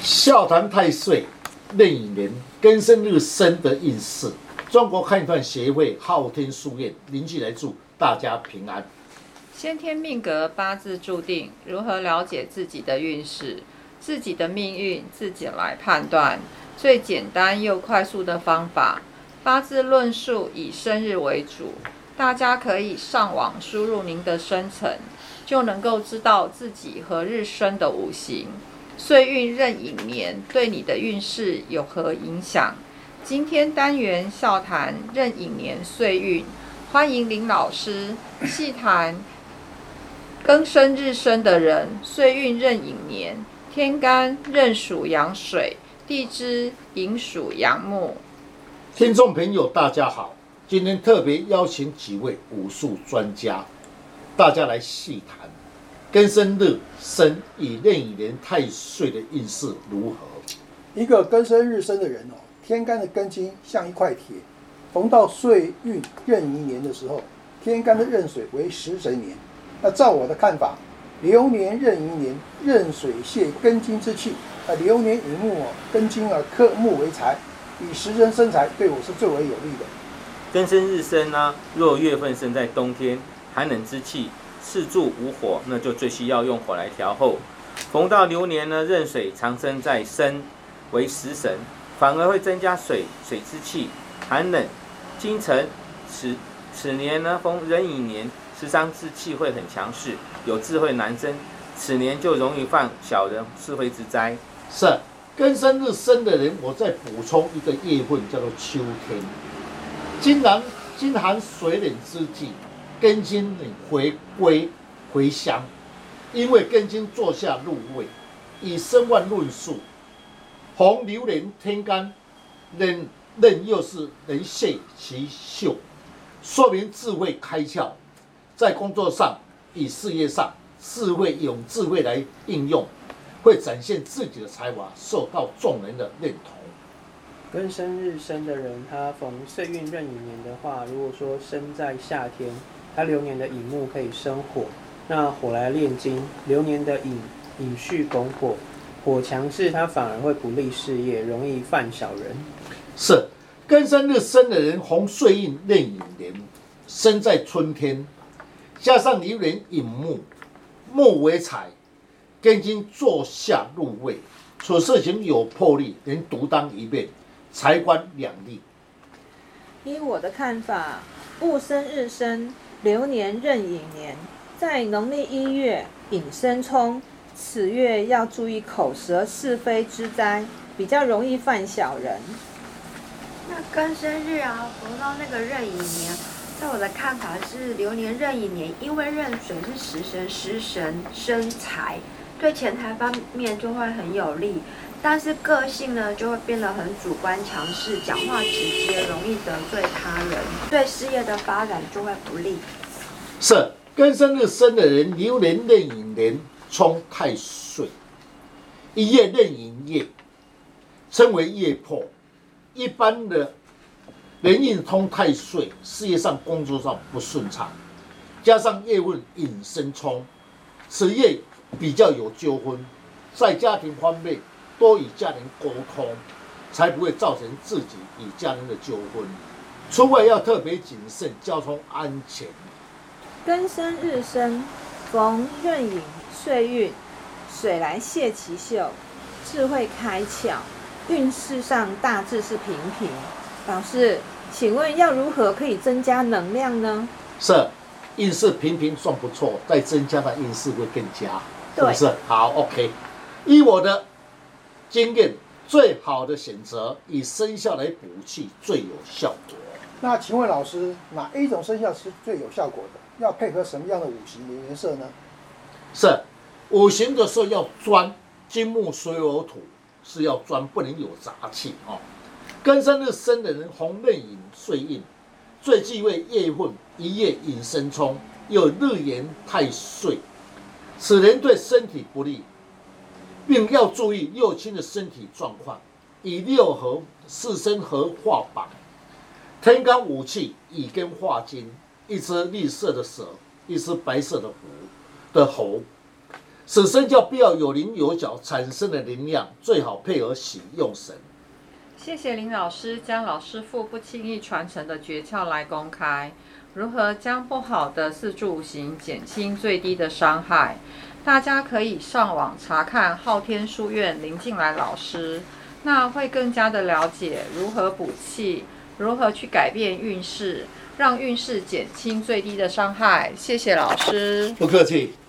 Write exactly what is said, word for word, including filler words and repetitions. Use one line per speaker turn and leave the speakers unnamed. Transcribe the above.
笑谈太岁壬寅年庚申日生的运势。中国看断协会昊天书院邻居来祝大家平安。
先天命格八字注定，如何了解自己的运势、自己的命运，自己来判断。最简单又快速的方法，八字论述以生日为主，大家可以上网输入您的生辰，就能够知道自己何日生的五行、岁运壬寅年对你的运势有何影响。今天单元笑谈壬寅年岁运，欢迎林老师细谈庚申日生的人，岁运壬寅年，天干壬属阳水，地支寅属阳木。
听众朋友大家好，今天特别邀请几位武术专家，大家来细谈庚申日生与壬寅年太岁的运势如何。
一个庚申日生的人哦，天干的庚金像一块铁，逢到岁运壬寅年的时候，天干的壬水为食神年。那照我的看法，流年壬寅年，壬水泄庚金之气，啊，流年乙木哦，庚金啊克木为财，以食神生财，对我是最为有利的。
庚申日生呢、啊，若月份生在冬天，寒冷之气，四柱无火，那就最需要用火来调候。逢到流年呢，壬水常生在申，为食神，反而会增加水水之气，寒冷、金沉。此此年呢，逢壬寅年，食伤之气会很强势，有智慧难生，此年就容易犯小人是非之灾。
是庚申日生的人，我再补充一个月份，叫做秋天。金寒金寒水冷之际，庚金回归回乡，因为庚金坐下入位，以身旺论述，逢流年天干壬壬又是能泄其秀，说明智慧开窍。在工作上与事业上，智慧用智慧来应用，会展现自己的才华，受到众人的认同。
庚申日生的人，他逢岁运壬寅年的话，如果说生在夏天，他流年的乙木可以生火，那火来炼金，流年的寅寅戌拱火，火强势，他反而会不利事业，容易犯小人。
是庚申日生的人，逢岁运壬寅年，生在春天，加上流年寅木，木为财，庚金坐下入位，处事情有魄力，能独当一面，财官两利。
依我的看法，戊申日生，流年壬寅年，在农历一月寅申冲，此月要注意口舌是非之灾，比较容易犯小人。
那庚申日啊，逢到那个壬寅年，在我的看法是流年壬寅年，因为壬水是食神，食神生财，对钱财方面就会很有利，但是个性呢就会变得很主观强势，讲话直接，容易得罪他人，对事业的发展就会不利。
是庚申日生的人，流年壬寅年冲太岁，一夜壬寅夜，称为夜破。一般的人运通太岁，事业上、工作上不顺畅，加上月份寅申冲，此夜比较有纠纷，在家庭方面多与家人沟通，才不会造成自己与家人的纠纷。出外要特别谨慎，交通安全。
庚申日生，逢壬寅岁运，水来泄其秀，智慧开窍，运势上大致是平平。老师，请问要如何可以增加能量呢？
是运势平平算不错，再增加的运势会更佳，是不是？好 ，OK。依我的经验，最好的选择以生肖来补气最有效果。
那请问老师，哪一种生肖是最有效果的？要配合什么样的五行的颜色呢？
是五行的时候要专金木水火土，是要专，不能有杂气哦。庚申日生的人，逢壬寅岁运，最忌讳夜份一夜寅申冲，又日元太岁，此人对身体不利，并要注意六亲的身体状况。以六合四生合化榜，天干五气乙庚化金，一只绿色的蛇，一只白色的虎的猴， 使生肖必要有棱有角产生的能量，最好配合喜用神。
谢谢林老师将老师傅不轻易传承的诀窍来公开，如何将不好的四柱五行减轻最低的伤害。大家可以上网查看昊天书院林静来老师，那会更加的了解如何补气，如何去改变运势，让运势减轻最低的伤害。谢谢老师，
不客气。